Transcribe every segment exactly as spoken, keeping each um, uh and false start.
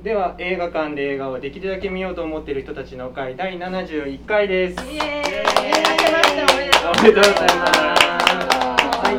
では映画館で映画をできるだけ見ようと思っている人たちの会だいななじゅういっかいです。イエーイ、おめでとうございます。はい、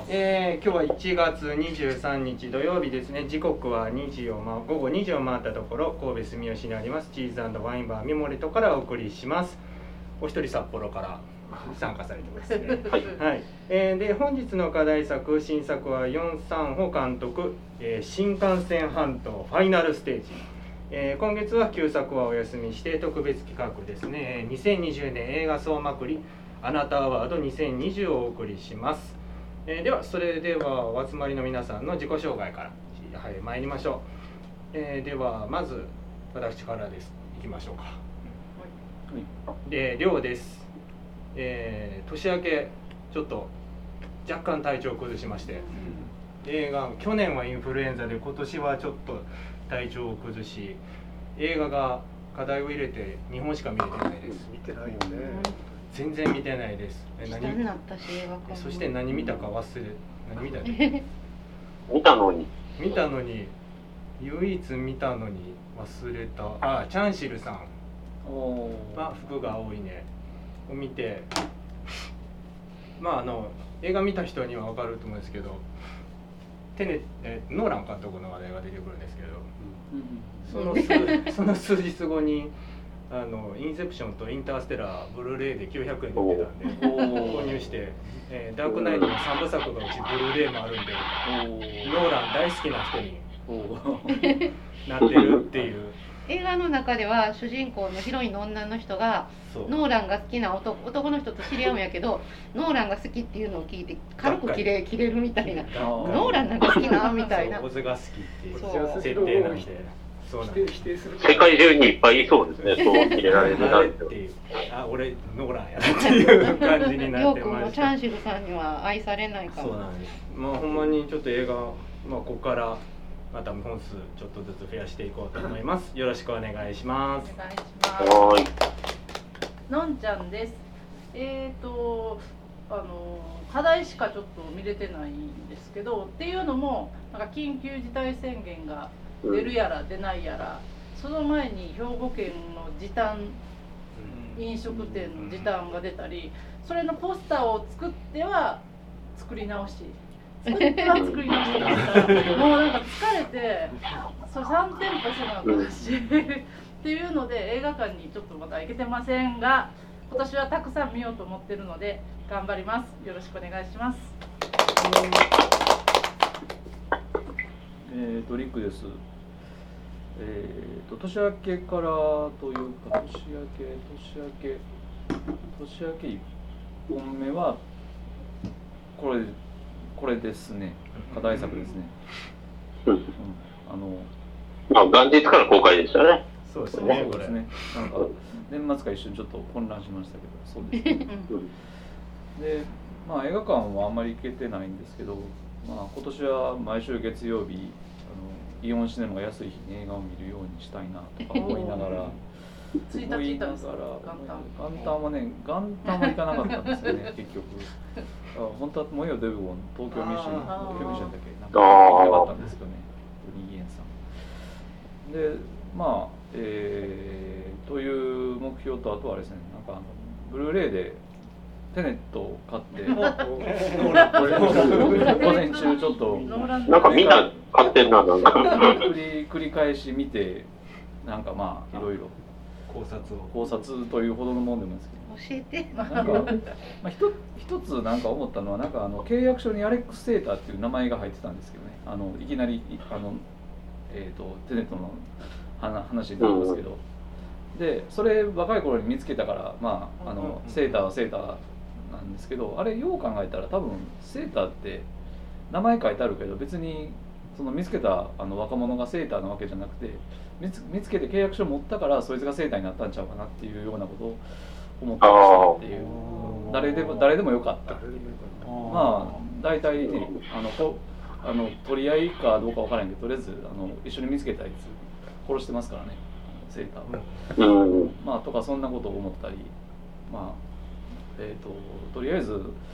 えー、今日はいちがつにじゅうさんにち土曜日ですね。時刻はにじを、ま、午後にじを回ったところ、神戸住吉にありますチーズ&ワインバーミモレトからお送りします。お一人札幌から参加されてますね。はい、はい、えー、で本日の課題作、新作はよんさんほ監督、えー、新幹線半島ファイナルステージ。えー、今月は旧作はお休みして特別企画ですね、にせんにじゅうねん映画総まくりあなたアワードにせんにじゅうをお送りします。えー、ではそれではお集まりの皆さんの自己紹介から、はい、参りましょう。えー、ではまず私からです。いきましょうか。はい、でりょうです。えー、年明けちょっと若干体調を崩しまして、うん、映画去年はインフルエンザで今年はちょっと体調を崩し、映画が課題を入れてにほんしか見れてないです。 見てないよね。 全然見てないです。 え何になったし映画館。 そして何見たか忘れ何見た見たのに見たのに唯一見たのに忘れた。あ、チャンシルさん。おあ、服が青いねを見て、まああの映画見た人には分かると思うんですけど、テネえノーラン監督の話題が出てくるんですけど、その数その数日後にあのインセプションとインターステラーブルーレイできゅうひゃくえんで売ってたんで購入して、えー、ダークナイトのさんぶさくがうちブルーレイもあるんで、ノーラン大好きな人になってるっていう。 映画の中では主人公のヒロインの女の人がノーランが好きな 男, 男の人と知り合うんやけど、ノーランが好きっていうのを聞いて軽くキレキレるみたいな、ノーランなんか好きなみたいな、 オズが好きっていう設定なんで、そうなんです。 世界中にいっぱいいそうですね。そうキレられるなっていう。 あ、俺ノーランやっていう感じになってました。 よくもチャンシルさんには愛されないかも。 そうなんです。まあほんまにちょっと映画、まあここからまた本数ちょっとずつ増やしていこうと思います。よろしくお願いします。 お願いします。のんちゃんです。えーとあの課題しかちょっと見れてないんですけど、っていうのもなんか緊急事態宣言が出るやら出ないやら、その前に兵庫県の時短飲食店の時短が出たり、それのポスターを作っては作り直し。作っては作り直してますから、もうなんか疲れて、それさんてんぽせなあかんしっていうので映画館にちょっとまだ行けてませんが、今年はたくさん見ようと思ってるので頑張ります。よろしくお願いします。 えーとリックです。えーと年明けからというか年明け年明け年明けいっぽんめはこれこれですね。課題作ですね。うん、あの、 まあ元日から公開でしたね。 そうですね。 そうですね。なんか年末か一瞬ちょっと混乱しましたけど、そうですね。で、まあ映画館はあんまり行けてないんですけど、まあ今年は毎週月曜日あのイオンシネマが安い日に映画を見るようにしたいなとか思いながら。 ついたちいたんですか。 元旦はね、元旦は行かなかったんですよね、結局。あ、本当はもうよデブゴン東京ミッション、東京ミッションだけなんか行きたかったんですけどね、ブリーエンさん。で、まあ、えー、という目標と、あとはですね、なんかあのブルーレイでテネットを買って、午前中ちょっとなんかみんな買ってるな、なんか繰り繰り返し見て、なんかまあいろいろ。 考察を考察というほどのもんでもですけど、教えて。 なんか、まあ、一, 一つなんか思ったのは、なんかあの契約書にアレックス・セーターっていう名前が入ってたんですけどね、あのいきなりあの、えー、とテネットの話になるんですけど、でそれ若い頃に見つけたから、まあ、あのセーターはセーターなんですけど、あれよう考えたら多分セーターって名前書いてあるけど、別にその見つけたあの若者がセーターなわけじゃなくて、見つ、見つけて契約書を持ったからそいつがセーターになったんちゃうかなっていうようなことを思ってましたっていう。誰でも誰でもよかったっていう。まあ大体ね、あのこあの取り合いかどうかわからんけど、とりあえずあの一緒に見つけたやつ殺してますからね、セーターを。まあとかそんなことを思ったり、まあえっととりあえず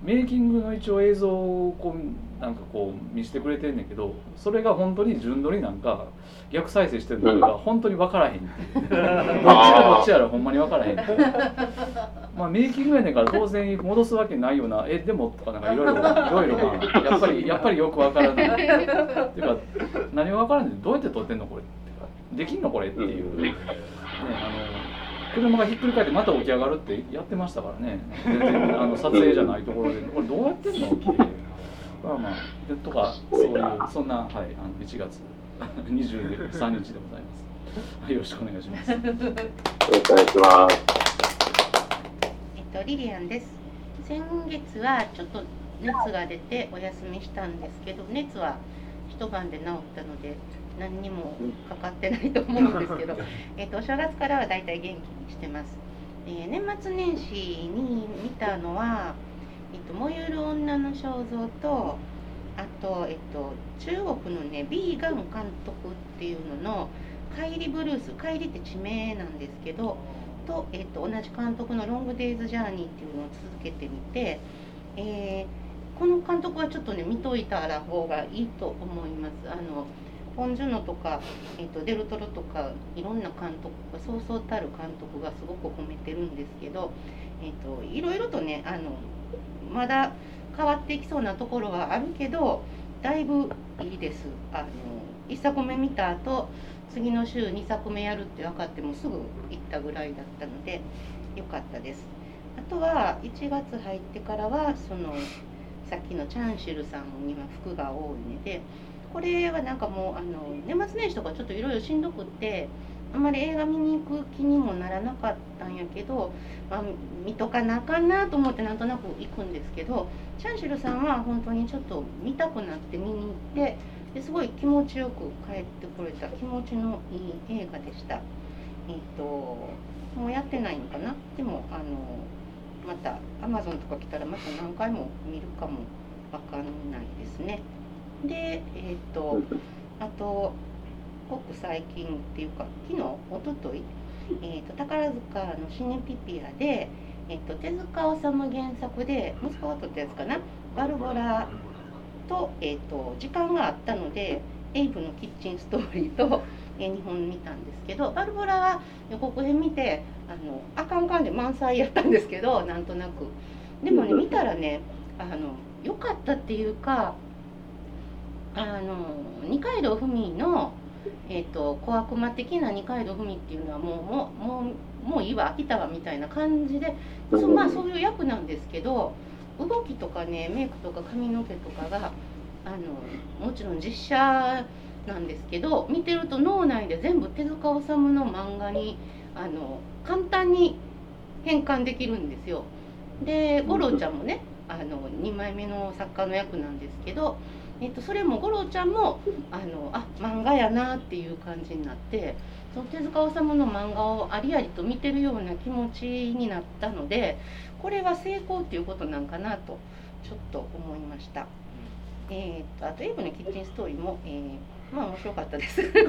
メイキングの一応映像をこうなんかこう見せてくれてんねんけど、それが本当に順撮りなんか逆再生してるのか本当に分からへんっていうどっちがどっちやらほんまに分からへんっていうまあメイキングやねんから当然戻すわけないような、えでもとかなんかいろいろいろいろまあやっぱりやっぱりよく分からないっていうか何が分からないんでどうやって撮ってんのこれってかできんのこれっていうね、あの車がひっくり返ってまた起き上がるってやってましたからね。全然あの撮影じゃないところでこれどうやってんのっていうまあまあでとかそういうそんな、はい、あのいちがつにじゅうさんにちでございます。よろしくお願いします。よろしくお願いします。 えっとリリアンです。先月はちょっと熱が出てお休みしたんですけど、熱は一晩で治ったので何にもかかってないと思うんですけどえっとお正月からはだいたい元気にしてます。えー、年末年始に見たのは、えっと、燃ゆる女の肖像と、あと、えっと、中国のねビーガン監督っていうののカイリブルース、カイリって地名なんですけどと、えっと、同じ監督のロングデイズジャーニーっていうのを続けてみて、えー、この監督はちょっとね見といたら方がいいと思います。あのポン・ジュノとか、えー、とデルトロとかいろんな監督がそうそうたる監督がすごく褒めてるんですけど、えー、といろいろとねあのまだ変わっていきそうなところはあるけどだいぶいいです。あのいっさくめ見た後次の週にさくめやるって分かってもすぐ行ったぐらいだったのでよかったです。あとはいちがつ入ってからはそのさっきのチャンシルさんには服が多いので、これはなんかもうあの年末年始とかちょっといろいろしんどくってあんまり映画見に行く気にもならなかったんやけど、まあ、見とかなあかんなと思ってなんとなく行くんですけど、チャンシルさんは本当にちょっと見たくなって見に行ってですごい気持ちよく帰ってこれた気持ちのいい映画でした。えっともうやってないのかな。でもあのまたアマゾンとか来たらまた何回も見るかもわかんないですね。で、えっとあとごく最近っていうか昨日おととい、えっと宝塚のシネピピアで、えっと手塚治虫原作で息子が撮ったやつかな、バルボラと、えっと時間があったのでエイブのキッチンストーリーとにほん見たんですけど、バルボラは予告編見てあのあかんかんで満載やったんですけど、なんとなくでもね見たらねあの良かったっていうか、あの二階堂ふみの、えー、と小悪魔的な二階堂ふみっていうのはもうもうもうもういいわ飽きたわみたいな感じで、そまあそういう役なんですけど、動きとかねメイクとか髪の毛とかがあのもちろん実写なんですけど、見てると脳内で全部手塚治虫の漫画にあの簡単に変換できるんですよ。で五郎ちゃんもねあのにまいめの作家の役なんですけど、えっと、それも五郎ちゃんもあのあ漫画やなっていう感じになって、その手塚治虫の漫画をありありと見てるような気持ちになったので、これは成功っていうことなんかなとちょっと思いました。えー、とあとエイブのキッチンストーリーも、えー、まあ面白かったです料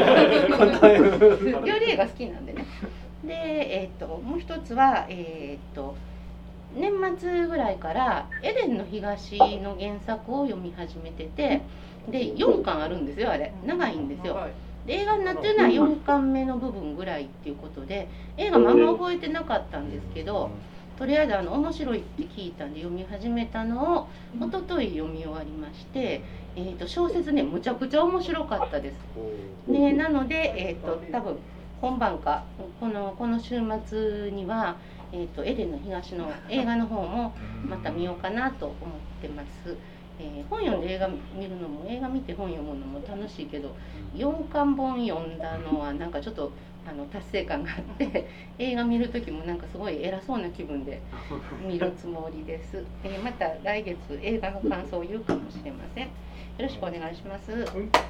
理映画好きなんでね。で、えー、ともう一つは、えー、と年末ぐらいからエデンの東の原作を読み始めてて、でよんかんあるんですよ、あれ長いんですよ。で映画になってるのはよんかんめの部分ぐらいっていうことで、映画まあまあ覚えてなかったんですけど、とりあえずあの面白いって聞いたんで読み始めたのを一昨日読み終わりまして、えー、と小説ねむちゃくちゃ面白かったです。でなので、えー、と多分本番かこのこの週末には、えー、とエデンの東の映画の方もまた見ようかなと思ってます。えー、本読んで映画見るのも映画見て本読むのも楽しいけど、よんかんぼん読んだのはなんかちょっとあの達成感があって映画見る時もなんかすごい偉そうな気分で見るつもりです。えー、また来月映画の感想を言うかもしれません。よろしくお願いします。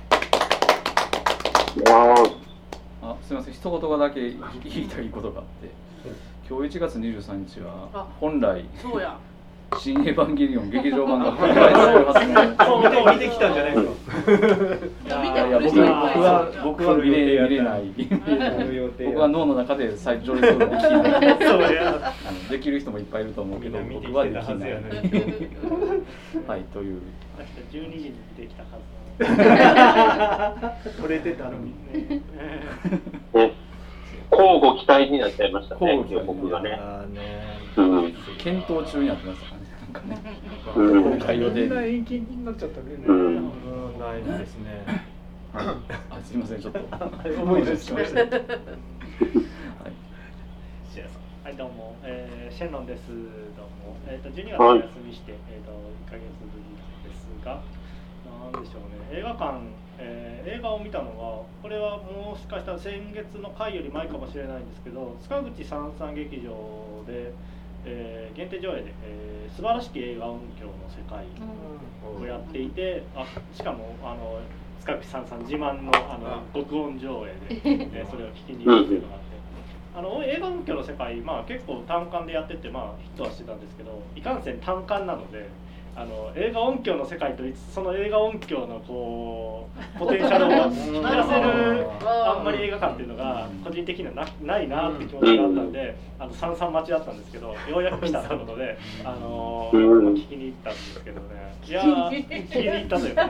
あ、すみません、一言だけ言いたいことがあって、今日いちがつにじゅうさんにちは本来そうや新エヴァンゲリオン劇場版が公開されるはずそう見てきたんじゃないですか。 いや見ていや僕は僕は見れ見れない僕は脳の中で再上映するのできないできる人もいっぱいいると思うけど僕はできないはいという明日じゅうにじにできたはず取れてたのにね交互期待になっちゃいましたね僕がね検討中になってましたからねうん、公開予定で延期になっちゃったね。うん、ないですね。 あ、すみません、ちょっと思い出しました。はい。 はい、どうも、えー、シェンロンです。どうも、えっ、ー、とじゅうにがつお休みして、えっ、ー、といっかげつぶりですが、なんでしょうね。映画館、えー、映画を見たのは、これはもしかしたら先月の回より前かもしれないんですけど、塚口三三劇場で。えー、限定上映で、えー、素晴らしき映画音響の世界をやっていて、あしかもあの塚口さんさん自慢のあの録音上映で、えー、それを聞きに行くっていうのがあってあの映画音響の世界、まあ、結構単館でやってて、まあ、ヒットはしてたんですけどいかんせん単館なのであの映画音響の世界とその映画音響のこうポテンシャルを引き出せるあんまり映画館っていうのが個人的には な, ないなって気持ちがあったんであの三々待ちだったんですけどようやく来たということで、あのー、聞きに行ったんですけどねいやー聞きに行ったという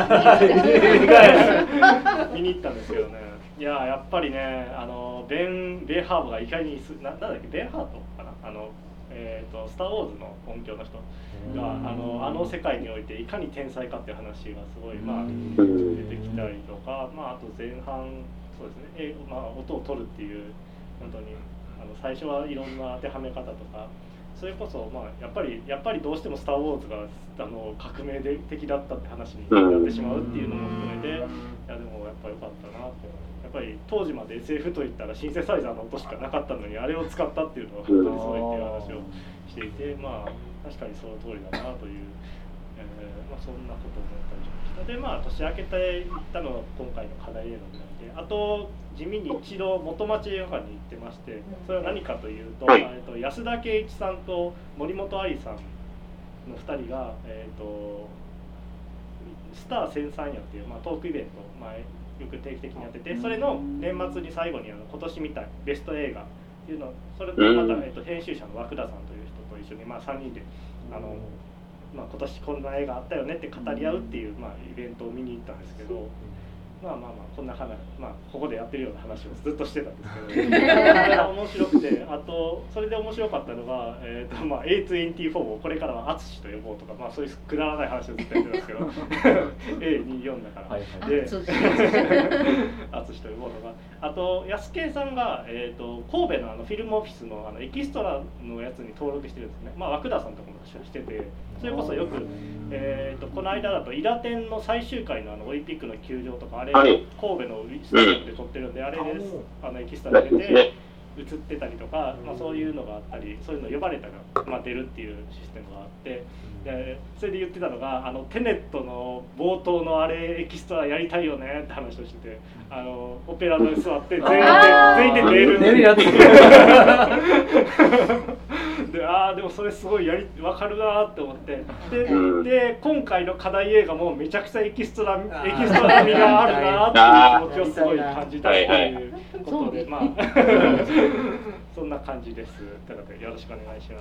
か見に行ったんですけどねいやーやっぱりねあのベン・ベイハーブがいかにな, なんだっけベンハートかなあのえー、とスター・ウォーズの音響の人があのあの世界においていかに天才かっていう話がすごい、まあ、出てきたりとか、まあ、あと前半そうですね、まあ、音を取るっていう本当にあの最初はいろんな当てはめ方とかそれこそ、まあ、やっぱりやっぱりどうしてもスター・ウォーズがあの革命的だったって話になってしまうっていうのも含めていやでもやっぱ良かったなと。やっぱり当時まで エスエフ といったらシンセサイザーの音しかなかったのにあれを使ったっていうのは本当にすごいっていう話をしていてまあ確かにその通りだなという、えーまあ、そんなことを思ったりしましたでまあ年明けていったのが今回の課題映画になってあと地味に一度元町映画館に行ってましてそれは何かというと、えー、と安田圭一さんと森本愛さんのふたりが、えー、とスター千三夜っていう、まあ、トークイベント前よく定期的にやっててそれの年末に最後にあの今年見たいベスト映画っていうのそれとまた、えっと、編集者の涌田さんという人と一緒に、まあ、さんにんであの、まあ、今年こんな映画あったよねって語り合うっていう、まあ、イベントを見に行ったんですけどまあまあまあこんな話、まあ、ここでやってるような話をずっとしてたんですけどそれが面白くてあとそれで面白かったのが、えーとまあ、エーにじゅうよん をこれからは淳と呼ぼうとか、まあ、そういうくだらない話をずっとやってるんですけどエーにじゅうよん だから、はいはい、で淳と呼ぼうとかあと安慶さんが、えー、と神戸のあのフィルムオフィス の, あのエキストラのやつに登録してるんですね、まあ、涌田さんとかもしててそれこそよく、えー、とこの間だとイラテンの最終回 の, あのオリンピックの球場とかあれ、はい、神戸のスタジアムで撮ってるんであれです、あのエキストラ出て映ってたりとか、まあ、そういうのがあったりそういうの呼ばれたら、まあ、出るっていうシステムがあってでそれで言ってたのがあのテネットの冒頭のあれエキストラやりたいよねって話をしててあのオペラ座で座って全員で全員で寝る寝るやつでああでもそれすごいやり分かるなって思ってでで今回の課題映画もめちゃくちゃエキストラエキストラ味があるなっていう気持ちをすごい感じたということでまあそんな感じです。ということでよろしくお願いします。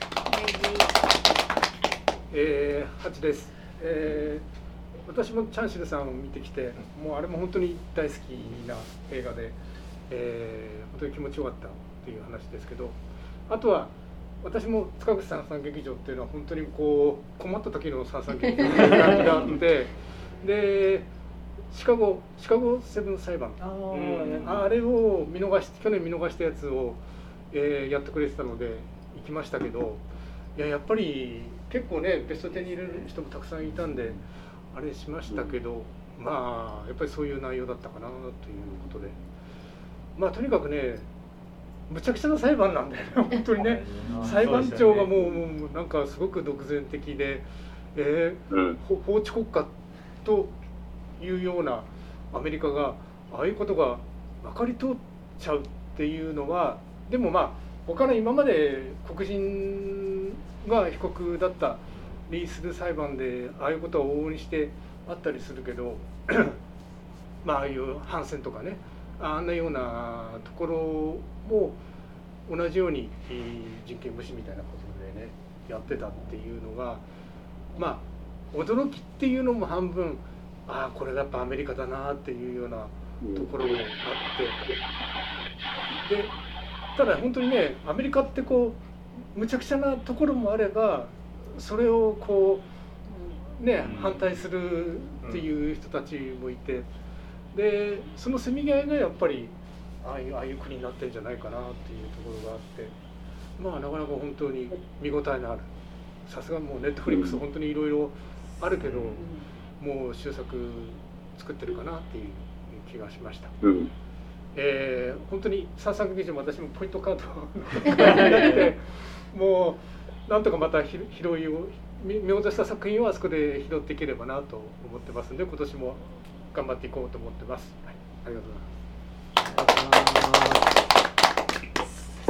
えー、はちです、えー、私もチャンシルさんを見てきてもうあれも本当に大好きな映画で、えー、本当に気持ちよかったという話ですけどあとは私も塚口三三劇場っていうのは本当にこう困った時の三三劇場という感じがあってでシカゴシカゴセブン裁判 あ,、うん、あれを見逃し去年見逃したやつを、えー、やってくれてたので行きましたけどいややっぱり結構ねベストじゅうに入れる人もたくさんいたんであれしましたけど、うん、まあやっぱりそういう内容だったかなということでまあとにかくねむちゃくちゃな裁判なんだよね本当にね裁判長がもう、もうなんかすごく独善的で、えーうん、法治国家というようなアメリカがああいうことが分かり通っちゃうっていうのはでもまあ他の今まで黒人が被告だったリースル裁判でああいうことを往々にしてあったりするけどまあああいう反戦とかね、あんなようなところも同じように人権無視みたいなことでねやってたっていうのが、まあ驚きっていうのも半分、ああこれがやっぱアメリカだなっていうようなところもあって、でただ本当にねアメリカってこうむちゃくちゃなところもあれば、それをこうね反対するっていう人たちもいて、でそのせめぎ合いがやっぱりああいう、ああいう国になってるんじゃないかなっていうところがあって、まあなかなか本当に見応えのある、さすがもうネットフリックス本当にいろいろあるけど、もう終作作ってるかなっていう気がしました。うん、えー、本当に三作劇場も私もポイントカードをやってもうなんとかまた拾いを見落とした作品をあそこで拾っていければなと思ってますんで、今年も頑張っていこうと思ってます。はい、ありがとうございます。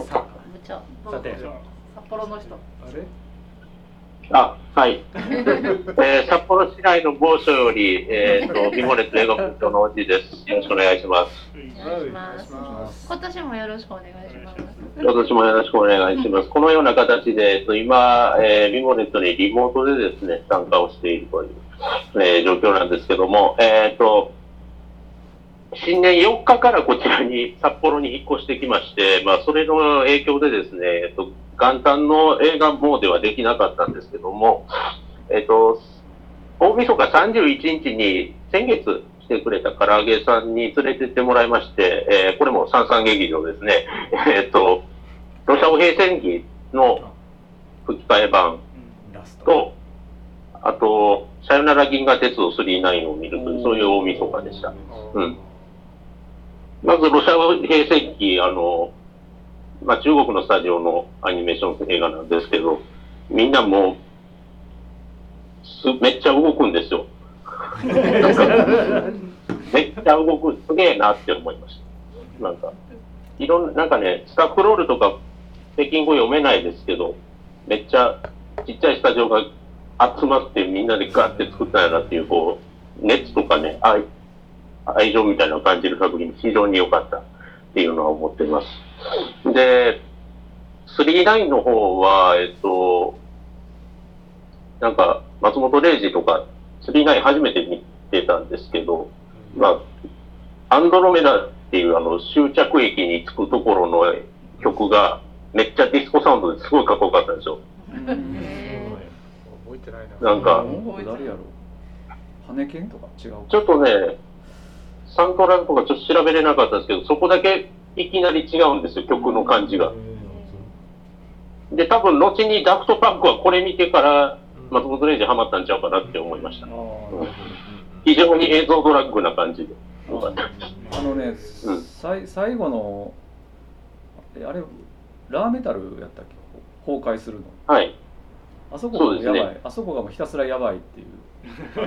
さあ、部長、さて札幌の人。あれ？ あ、はい。えー、札幌市内の某所より、えー、と、ビモレット映画部長のおじです。よろしくお願いします。 お願いします。今年もよろしくお願いします。 今年もよろしくお願いします。このような形で、えっと、今、えー、ビモレットにリモートでですね、参加をしているという、えー、状況なんですけども、えっと、新年よっかからこちらに、札幌に引っ越してきまして、まあ、それの影響でですね、えっと、元旦の映画詣ではできなかったんですけども、えっと、大晦日さんじゅういちにちに先月来てくれた唐揚げさんに連れてってもらいまして、えー、これも三々劇場ですね、えっと、ロシア語平戦記の吹き替え版と、あと、さよなら銀河鉄道スリーナインを見るという、そういう大晦日でした。うん。まず、ロシア語平戦記、あの、まあ、中国のスタジオのアニメーション映画なんですけど、みんなもう、すめっちゃ動くんですよ。なんかめっちゃ動く、すげえなって思いました。なんか、いろんな、なんかね、スタッフロールとか北京語読めないですけど、めっちゃちっちゃいスタジオが集まってみんなでガーって作ったんやなっていう、こう、熱とかね、愛、愛情みたいなのを感じる作品、非常に良かったっていうのは思っています。で、スリーナインの方は、えっと、なんか、松本零士とか、スリーナイン初めて見てたんですけど、まあ、アンドロメダっていうあの終着駅に着くところの曲が、めっちゃディスコサウンドですごいかっこよかったんですよ。覚えてないな。 なんか、 誰やろう？羽犬とか違う？ ちょっとね、サントラとかちょっと調べれなかったんですけど、そこだけいきなり違うんですよ、曲の感じが。で、多分後にダフトパンクはこれ見てから松本零士ハマったんちゃうかなって思いました。うん、非常に映像ドラッグな感じで。 あのね、うん、最後の、あれ、ラーメタルやったっけ、崩壊するの。 はい。 あそこがやばい、ね、あそこがもうひたすらやばいっていう。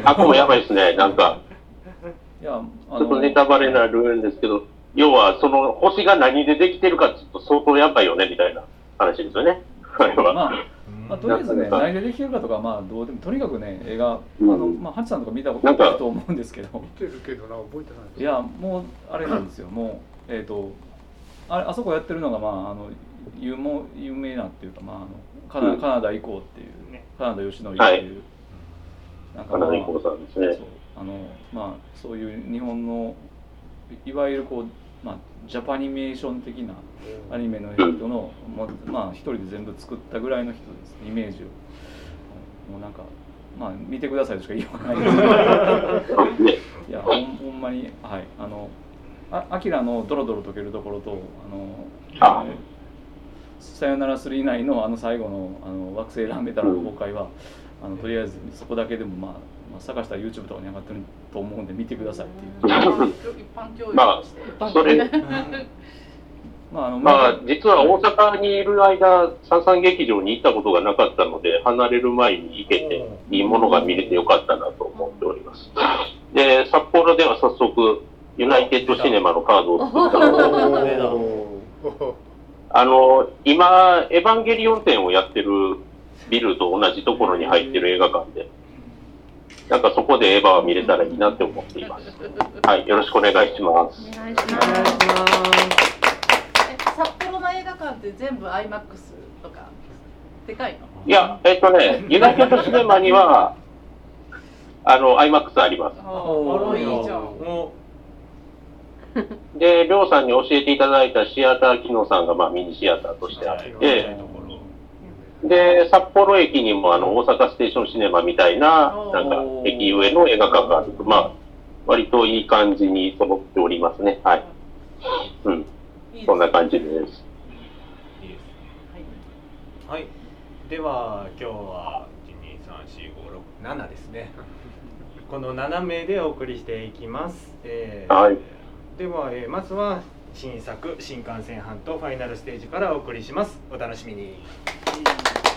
あそこもやばいですね、なんか。いや、あのちょっとネタバレになるんですけど、要はその星が何でできてるかちょっと相当やばいよねみたいな話ですよね。あれは。まあ、 まあ、とりあえずね、何でできてるかとか、まあどうでも、とにかくね、映画、うん、あの、まあ、ハチさんとか見たことあると思うんですけど。 見てるけどな、覚えてない。 いや、もう、あれなんですよ、もう、えっ、ー、と、あれ、あそこやってるのが、まあ、あの、有も有名なっていうか、まあ、あのカナ、カナダ行こうっていう、ね、カナダ吉野っていう、はい、 なんか、まあ、カナダ行こうさんですね。そう、 あの、まあ、そういう日本の、いわゆるこう、まあ、ジャパニメーション的なアニメの人の、まあ、一人で全部作ったぐらいの人ですね、イメージを。もうなんか、まあ、見てくださいとしか言いようがないですけど。いや、ほん、ほんまに、はい、あの、あ、アキラのドロドロ溶けるところと、あの、あえー、さよならスリーナインのあの最後の、あの惑星ラーメタルの崩壊は、あのとりあえずそこだけでも、まあ、まあ、探したら YouTube とかに上がってると思うんで見てくださいっていう。 一般教育として。 まあ、それまあ、あのまあ、実は大阪にいる間、三々劇場に行ったことがなかったので、離れる前に行けて、いいものが見れてよかったなと思っております。で、札幌では早速、ユナイテッドシネマのカードを作ったので、 あの、今、エヴァンゲリオン展をやってるビルと同じところに入ってる映画館で、なんかそこでエヴァは見れたらいいなって思っています。はい、よろしくお願いします。 お願いします。 札幌の映画館って全部 アイマックス とかでかいの？ いや、えっとね、ユナイテッドシネマには、あの、アイマックス あります。 あら、いいじゃん。 で、りょうさんに教えていただいたシアター機能さんが、まあ、ミニシアターとしてあって、で、札幌駅にもあの大阪ステーションシネマみたいな、なんか駅上の映画館があると、まあ、割といい感じに揃っておりますね。はい。うん。そんな感じです。 はい。では、今日は、いち、に、さん、し、ご、ろく、ななですね。このななめいでお送りしていきます。えー、 はい。 では、えー、まずは、新作新幹線班とファイナルステージからお送りします。お楽しみに。